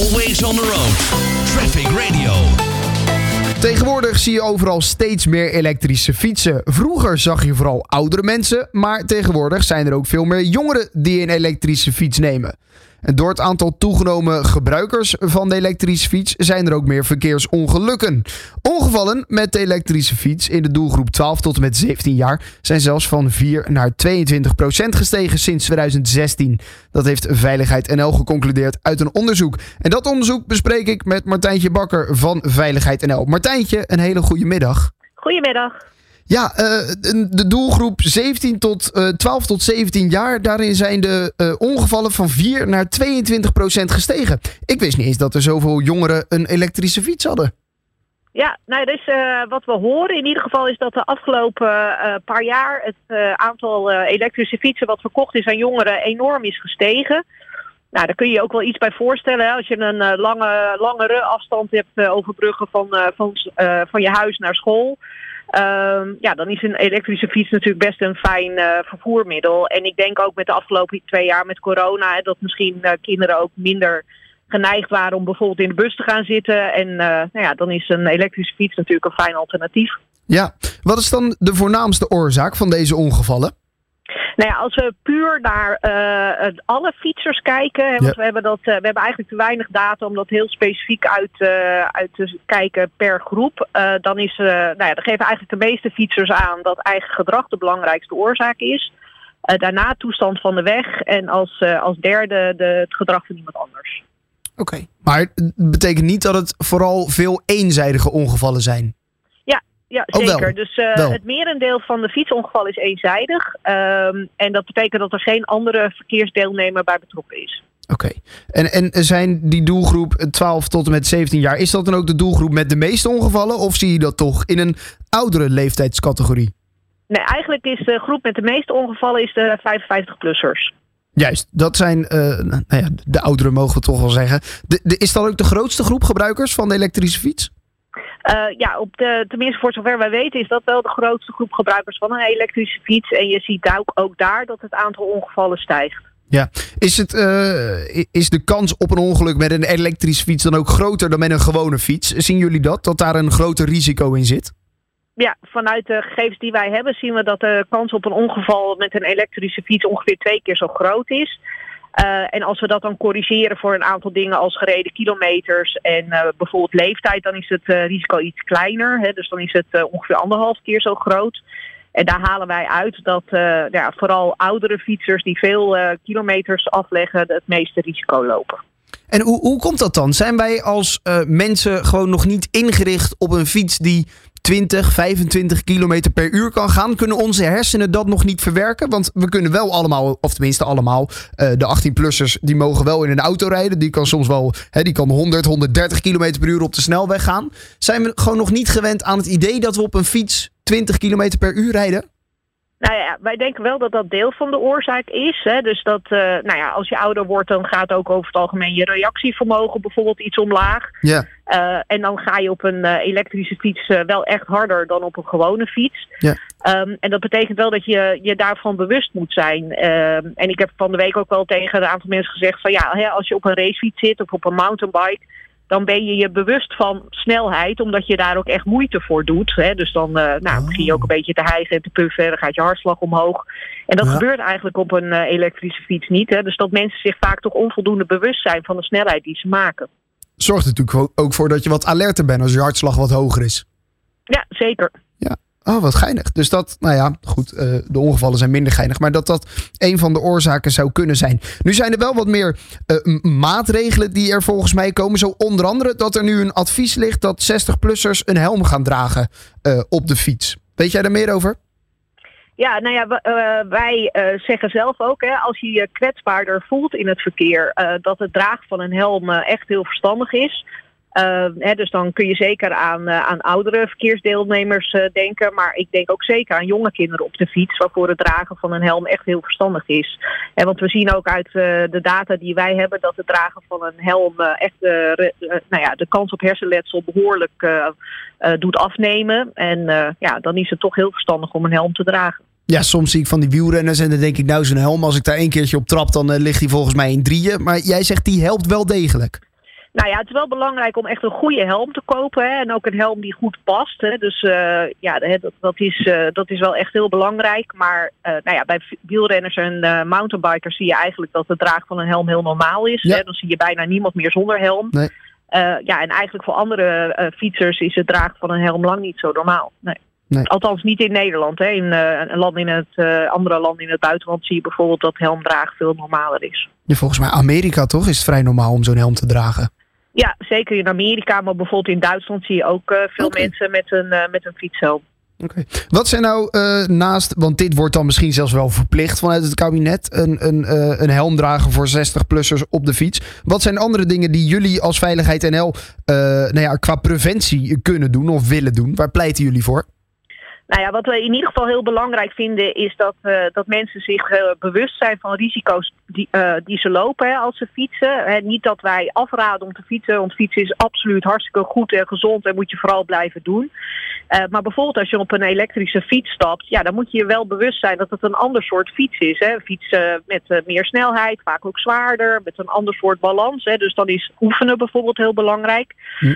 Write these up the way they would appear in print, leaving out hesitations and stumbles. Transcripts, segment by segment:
Always on the road. Traffic Radio. Tegenwoordig zie je overal steeds meer elektrische fietsen. Vroeger zag je vooral oudere mensen, maar tegenwoordig zijn er ook veel meer jongeren die een elektrische fiets nemen. En door het aantal toegenomen gebruikers van de elektrische fiets zijn er ook meer verkeersongelukken. Ongevallen met de elektrische fiets in de doelgroep 12 tot en met 17 jaar zijn zelfs van 4 naar 22% gestegen sinds 2016. Dat heeft Veiligheid NL geconcludeerd uit een onderzoek. En dat onderzoek bespreek ik met Martijntje Bakker van Veiligheid NL. Martijntje, een hele goede middag. Goedemiddag. Ja, de doelgroep 12 tot 17 jaar, daarin zijn de ongevallen van 4 naar 22% gestegen. Ik wist niet eens dat er zoveel jongeren een elektrische fiets hadden. Ja, nou, dus wat we horen in ieder geval is dat de afgelopen paar jaar het aantal elektrische fietsen wat verkocht is aan jongeren enorm is gestegen. Nou, daar kun je je ook wel iets bij voorstellen. Hè? Als je een langere afstand hebt overbruggen van je huis naar school. Dan is een elektrische fiets natuurlijk best een fijn vervoermiddel. En ik denk ook met de afgelopen 2 jaar met corona dat misschien kinderen ook minder geneigd waren om bijvoorbeeld in de bus te gaan zitten. En dan is een elektrische fiets natuurlijk een fijn alternatief. Ja, wat is dan de voornaamste oorzaak van deze ongevallen? Nou ja, als we puur naar alle fietsers kijken, want we hebben eigenlijk te weinig data om dat heel specifiek uit te kijken per groep. Dan geven eigenlijk de meeste fietsers aan dat eigen gedrag de belangrijkste oorzaak is. Daarna toestand van de weg en als derde het gedrag van iemand anders. Oké, maar het betekent niet dat het vooral veel eenzijdige ongevallen zijn? Ja, zeker. Dus het merendeel van de fietsongevallen is eenzijdig. En dat betekent dat er geen andere verkeersdeelnemer bij betrokken is. Oké. En zijn die doelgroep 12 tot en met 17 jaar, is dat dan ook de doelgroep met de meeste ongevallen? Of zie je dat toch in een oudere leeftijdscategorie? Nee, eigenlijk is de groep met de meeste ongevallen is de 55-plussers. Juist, dat zijn de ouderen, mogen we toch wel zeggen. Is dat ook de grootste groep gebruikers van de elektrische fiets? Tenminste voor zover wij weten is dat wel de grootste groep gebruikers van een elektrische fiets. En je ziet ook daar dat het aantal ongevallen stijgt. Ja, is de kans op een ongeluk met een elektrische fiets dan ook groter dan met een gewone fiets? Zien jullie dat daar een groter risico in zit? Ja, vanuit de gegevens die wij hebben zien we dat de kans op een ongeval met een elektrische fiets ongeveer 2 keer zo groot is. En als we dat dan corrigeren voor een aantal dingen als gereden kilometers en bijvoorbeeld leeftijd, dan is het risico iets kleiner. Hè? Dus dan is het ongeveer 1,5 keer zo groot. En daar halen wij uit dat vooral oudere fietsers die veel kilometers afleggen het meeste risico lopen. En hoe komt dat dan? Zijn wij als mensen gewoon nog niet ingericht op een fiets die 20, 25 kilometer per uur kan gaan? Kunnen onze hersenen dat nog niet verwerken? Want we kunnen wel allemaal, of tenminste allemaal, de 18-plussers, die mogen wel in een auto rijden. Die kan soms wel, die kan 100, 130 kilometer per uur op de snelweg gaan. Zijn we gewoon nog niet gewend aan het idee dat we op een fiets 20 kilometer per uur rijden? Nou ja, wij denken wel dat dat deel van de oorzaak is. Hè? Dus dat, als je ouder wordt, dan gaat ook over het algemeen je reactievermogen bijvoorbeeld iets omlaag. Ja. En dan ga je op een elektrische fiets wel echt harder dan op een gewone fiets. Ja. En dat betekent wel dat je daarvan bewust moet zijn. En ik heb van de week ook wel tegen een aantal mensen gezegd van als je op een racefiets zit of op een mountainbike, dan ben je je bewust van snelheid, omdat je daar ook echt moeite voor doet. Hè? Dus dan begin je ook een beetje te hijgen en te puffen. Dan gaat je hartslag omhoog. En dat gebeurt eigenlijk op een elektrische fiets niet. Hè? Dus dat mensen zich vaak toch onvoldoende bewust zijn van de snelheid die ze maken. Zorgt natuurlijk ook voor dat je wat alerter bent als je hartslag wat hoger is. Ja, zeker. Ja. Oh, wat geinig. Dus dat, de ongevallen zijn minder geinig. Maar dat een van de oorzaken zou kunnen zijn. Nu zijn er wel wat meer maatregelen die er volgens mij komen. Zo onder andere dat er nu een advies ligt dat 60-plussers een helm gaan dragen op de fiets. Weet jij daar meer over? Ja, wij zeggen zelf ook, als je je kwetsbaarder voelt in het verkeer, dat het dragen van een helm echt heel verstandig is. Dus dan kun je zeker aan oudere verkeersdeelnemers denken. Maar ik denk ook zeker aan jonge kinderen op de fiets, waarvoor het dragen van een helm echt heel verstandig is. Want we zien ook uit de data die wij hebben dat het dragen van een helm echt de kans op hersenletsel behoorlijk doet afnemen. En dan is het toch heel verstandig om een helm te dragen. Ja, soms zie ik van die wielrenners en dan denk ik, zo'n helm, als ik daar 1 keertje op trap, dan ligt hij volgens mij in 3. Maar jij zegt, die helpt wel degelijk. Nou ja, het is wel belangrijk om echt een goede helm te kopen. Hè, en ook een helm die goed past. Hè. Dus dat is wel echt heel belangrijk. Maar bij wielrenners en mountainbikers zie je eigenlijk dat het dragen van een helm heel normaal is. Ja. Hè. Dan zie je bijna niemand meer zonder helm. Nee. En eigenlijk voor andere fietsers is het dragen van een helm lang niet zo normaal. Nee. Althans niet in Nederland. Hè. In andere landen in het buitenland zie je bijvoorbeeld dat helmdragen veel normaler is. Ja, volgens mij Amerika toch is het vrij normaal om zo'n helm te dragen. Ja, zeker in Amerika, maar bijvoorbeeld in Duitsland zie je ook veel mensen met een fietshelm. Okay. Wat zijn nou naast, want dit wordt dan misschien zelfs wel verplicht vanuit het kabinet, een helm dragen voor 60-plussers op de fiets. Wat zijn andere dingen die jullie als Veiligheid NL qua preventie kunnen doen of willen doen? Waar pleiten jullie voor? Nou ja, wat we in ieder geval heel belangrijk vinden is dat mensen zich bewust zijn van risico's die ze lopen als ze fietsen. Niet dat wij afraden om te fietsen, want fietsen is absoluut hartstikke goed en gezond en moet je vooral blijven doen. Maar bijvoorbeeld als je op een elektrische fiets stapt, ja, dan moet je je wel bewust zijn dat het een ander soort fiets is. Hè. Een fiets met meer snelheid, vaak ook zwaarder, met een ander soort balans. Hè. Dus dan is oefenen bijvoorbeeld heel belangrijk.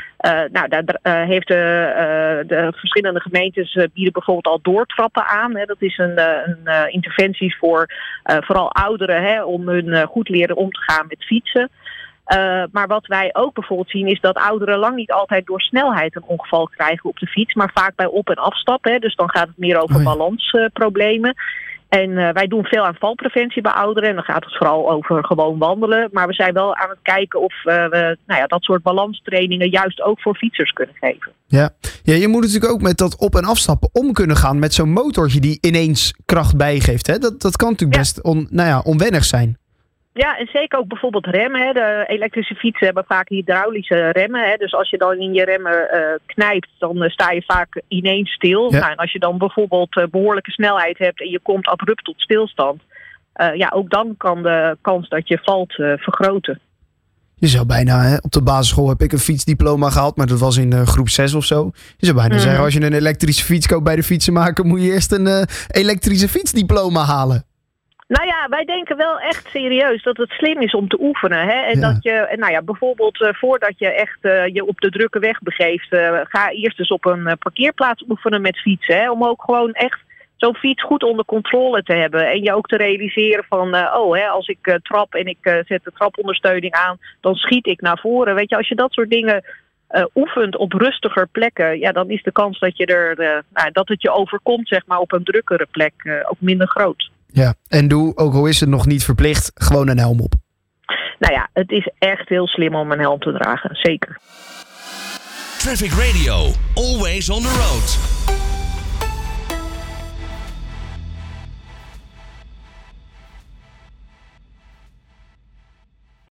Daar heeft de verschillende gemeentes bieden bijvoorbeeld al doortrappen aan. Hè. Dat is een interventie voor vooral ouderen, hè, om hun goed leren om te gaan met fietsen. Maar wat wij ook bijvoorbeeld zien is dat ouderen lang niet altijd door snelheid een ongeval krijgen op de fiets, maar vaak bij op- en afstap. Hè. Dus dan gaat het meer over balansproblemen. En wij doen veel aan valpreventie bij ouderen. En dan gaat het vooral over gewoon wandelen. Maar we zijn wel aan het kijken of we dat soort balanstrainingen juist ook voor fietsers kunnen geven. Ja, je moet natuurlijk ook met dat op- en afstappen om kunnen gaan met zo'n motortje die ineens kracht bijgeeft. Hè? Dat kan natuurlijk best onwennig zijn. Ja, en zeker ook bijvoorbeeld remmen. Hè. De elektrische fietsen hebben vaak hydraulische remmen. Hè. Dus als je dan in je remmen knijpt, dan sta je vaak ineens stil. Ja. Nou, en als je dan bijvoorbeeld behoorlijke snelheid hebt en je komt abrupt tot stilstand, ook dan kan de kans dat je valt vergroten. Je zou bijna, op de basisschool heb ik een fietsdiploma gehaald, maar dat was in groep 6 of zo. Je zou bijna zeggen, als je een elektrische fiets koopt bij de fietsenmaker, moet je eerst een elektrische fietsdiploma halen. Nou ja, wij denken wel echt serieus dat het slim is om te oefenen. Hè? En dat je, bijvoorbeeld voordat je echt je op de drukke weg begeeft, ga eerst eens op een parkeerplaats oefenen met fietsen. Hè? Om ook gewoon echt zo'n fiets goed onder controle te hebben. En je ook te realiseren van, als ik trap en ik zet de trapondersteuning aan, dan schiet ik naar voren. Weet je, als je dat soort dingen oefent op rustiger plekken, dan is de kans dat je dat het je overkomt, zeg maar, op een drukkere plek ook minder groot. Ja, en doe, ook al is het nog niet verplicht, gewoon een helm op. Nou ja, het is echt heel slim om een helm te dragen, zeker. Traffic Radio, always on the road.